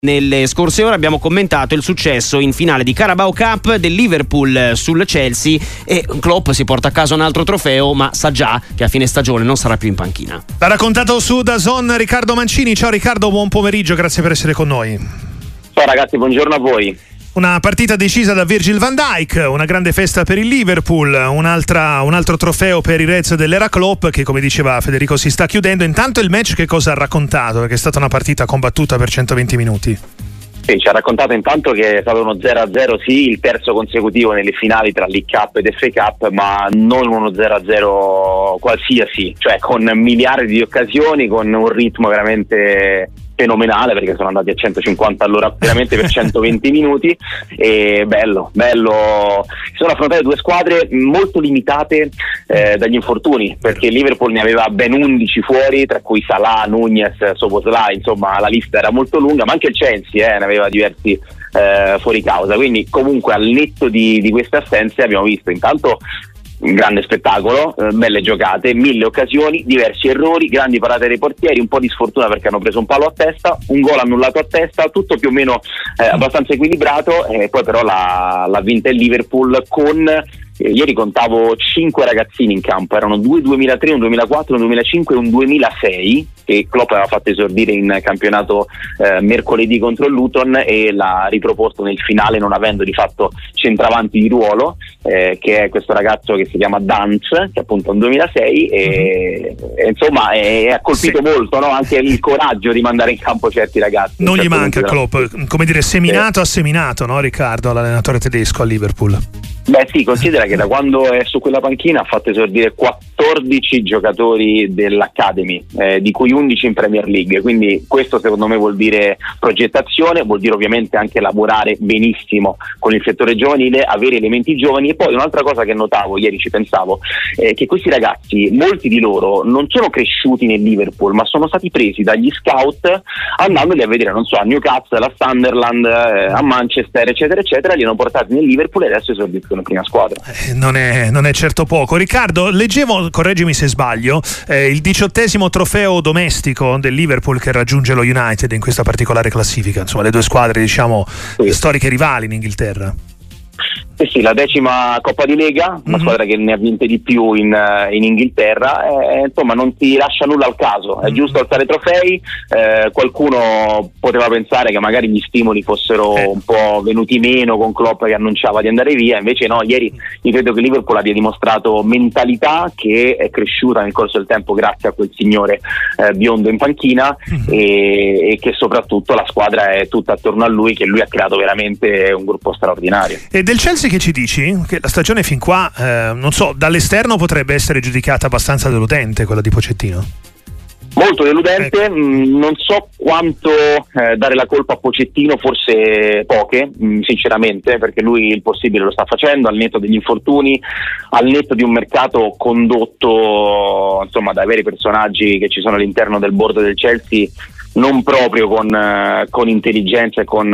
Nelle scorse ore abbiamo commentato il successo in finale di Carabao Cup del Liverpool sul Chelsea e Klopp si porta a casa un altro trofeo, ma sa già che a fine stagione non sarà più in panchina. L'ha raccontato su DAZN Riccardo Mancini. Ciao Riccardo, buon pomeriggio, grazie per essere con noi. Ciao ragazzi, buongiorno a voi. Una partita decisa da Virgil van Dijk, una grande festa per il Liverpool, un altro trofeo per i Reds dell'era Klopp che, come diceva Federico, si sta chiudendo. Intanto il match che cosa ha raccontato? Perché è stata una partita combattuta per 120 minuti. Sì, ci ha raccontato intanto che è stato uno 0-0, sì, il terzo consecutivo nelle finali tra League Cup ed FA Cup, ma non uno 0-0 qualsiasi, cioè con miliardi di occasioni, con un ritmo veramente fenomenale, perché sono andati a 150 all'ora veramente per 120 minuti. E bello, si sono affrontate due squadre molto limitate dagli infortuni, perché il Liverpool ne aveva ben 11 fuori, tra cui Salah, Nunez, Szoboszlai, insomma la lista era molto lunga, ma anche il Chelsea ne aveva diversi fuori causa, quindi comunque al netto di queste assenze abbiamo visto intanto un grande spettacolo, belle giocate, 1000 occasioni, diversi errori, grandi parate dei portieri, un po' di sfortuna perché hanno preso un palo a testa, un gol annullato a testa, tutto più o meno abbastanza equilibrato, e poi però l'ha vinta il Liverpool con ieri contavo 5 ragazzini in campo, erano 2 2003, un 2004, un 2005 e un 2006 che Klopp aveva fatto esordire in campionato mercoledì contro il Luton e l'ha riproposto nel finale, non avendo di fatto centravanti di ruolo, che è questo ragazzo che si chiama Danz, che appunto è un 2006 e insomma ha colpito molto, no? Anche il coraggio di mandare in campo certi ragazzi. Non gli manca Klopp, come dire, seminato a seminato, no Riccardo, l'allenatore tedesco al Liverpool? Beh sì, considera che da quando è su quella panchina ha fatto esordire 14 giocatori dell'Academy, di cui 11 in Premier League, quindi questo secondo me vuol dire progettazione, vuol dire ovviamente anche lavorare benissimo con il settore giovanile, avere elementi giovani. E poi un'altra cosa che notavo, ieri ci pensavo, che questi ragazzi, molti di loro non sono cresciuti nel Liverpool, ma sono stati presi dagli scout andandoli a vedere, non so, a Newcastle, a Sunderland, a Manchester, eccetera eccetera, li hanno portati nel Liverpool e adesso esordiscono in prima squadra. Non è certo poco. Riccardo, leggevo, correggimi se sbaglio, il 18° trofeo domestico del Liverpool che raggiunge lo United in questa particolare classifica, insomma le due squadre diciamo storiche rivali in Inghilterra. Sì, la 10ª Coppa di Lega, una squadra che ne ha vinte di più in Inghilterra, insomma non ti lascia nulla al caso, è giusto alzare trofei, qualcuno poteva pensare che magari gli stimoli fossero un po' venuti meno con Klopp che annunciava di andare via, invece no, ieri io credo che Liverpool abbia dimostrato mentalità che è cresciuta nel corso del tempo grazie a quel signore biondo in panchina e che soprattutto la squadra è tutta attorno a lui, che lui ha creato veramente un gruppo straordinario. E del Chelsea che ci dici? Che la stagione fin qua, non so, dall'esterno potrebbe essere giudicata abbastanza deludente quella di Pochettino. Molto deludente, non so quanto dare la colpa a Pochettino, forse poche, sinceramente, perché lui il possibile lo sta facendo al netto degli infortuni, al netto di un mercato condotto insomma dai veri personaggi che ci sono all'interno del board del Chelsea, non proprio con intelligenza e con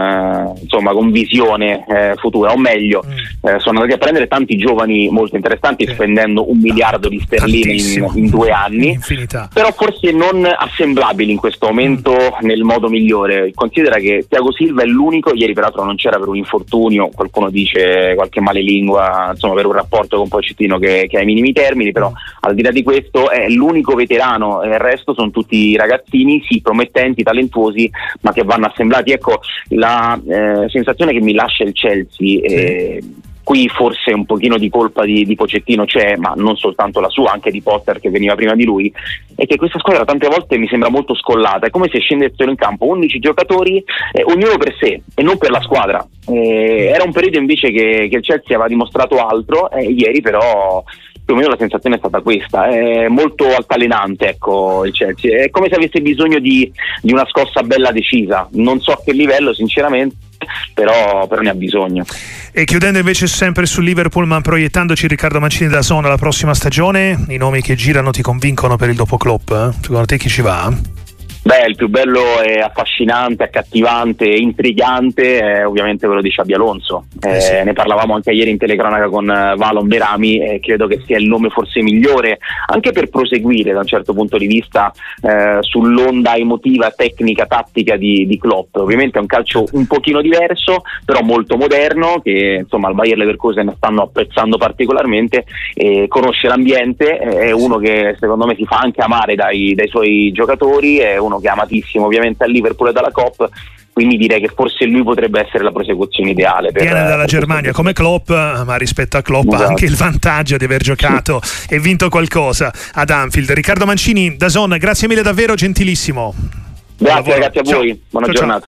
visione futura, o meglio sono andati a prendere tanti giovani molto interessanti spendendo 1 miliardo di sterline in 2 anni, infinità. Però forse non assemblabili in questo momento nel modo migliore. Considera che Thiago Silva è l'unico, ieri peraltro non c'era per un infortunio, qualcuno dice qualche malelingua, insomma per un rapporto con Pochettino che ha i minimi termini, però al di là di questo è l'unico veterano, il resto sono tutti ragazzini, sì, promettenti, talentuosi, ma che vanno assemblati. Ecco, la sensazione che mi lascia il Chelsea, qui forse un pochino di colpa di Pochettino c'è, ma non soltanto la sua, anche di Potter che veniva prima di lui, è che questa squadra tante volte mi sembra molto scollata, è come se scendessero in campo 11 giocatori, ognuno per sé e non per la squadra. Era un periodo invece che il Chelsea aveva dimostrato altro, ieri però più o meno la sensazione è stata questa, è molto altalenante, ecco, il Chelsea, è come se avesse bisogno di una scossa bella decisa, non so a che livello sinceramente, però ne ha bisogno. E chiudendo invece sempre sul Liverpool, ma proiettandoci, Riccardo Mancini, da zona la prossima stagione, i nomi che girano ti convincono per il dopo Klopp? Secondo te chi ci va? Beh, il più bello e affascinante, accattivante, intrigante è ovviamente quello di Xabi Alonso. Sì. Ne parlavamo anche ieri in telecronaca con Valon Berami, e credo che sia il nome forse migliore anche per proseguire da un certo punto di vista sull'onda emotiva, tecnica, tattica di Klopp. Ovviamente è un calcio un pochino diverso, però molto moderno, che insomma al Bayer Leverkusen stanno apprezzando particolarmente, conosce l'ambiente, è uno che secondo me si fa anche amare dai suoi giocatori, è uno che è amatissimo ovviamente al Liverpool e dalla Coop, quindi direi che forse lui potrebbe essere la prosecuzione ideale. Viene dalla Germania come Klopp, ma rispetto a Klopp ha anche il vantaggio di aver giocato e vinto qualcosa ad Anfield. Riccardo Mancini, DAZN, grazie mille davvero, gentilissimo. Grazie ragazzi a voi, buona giornata.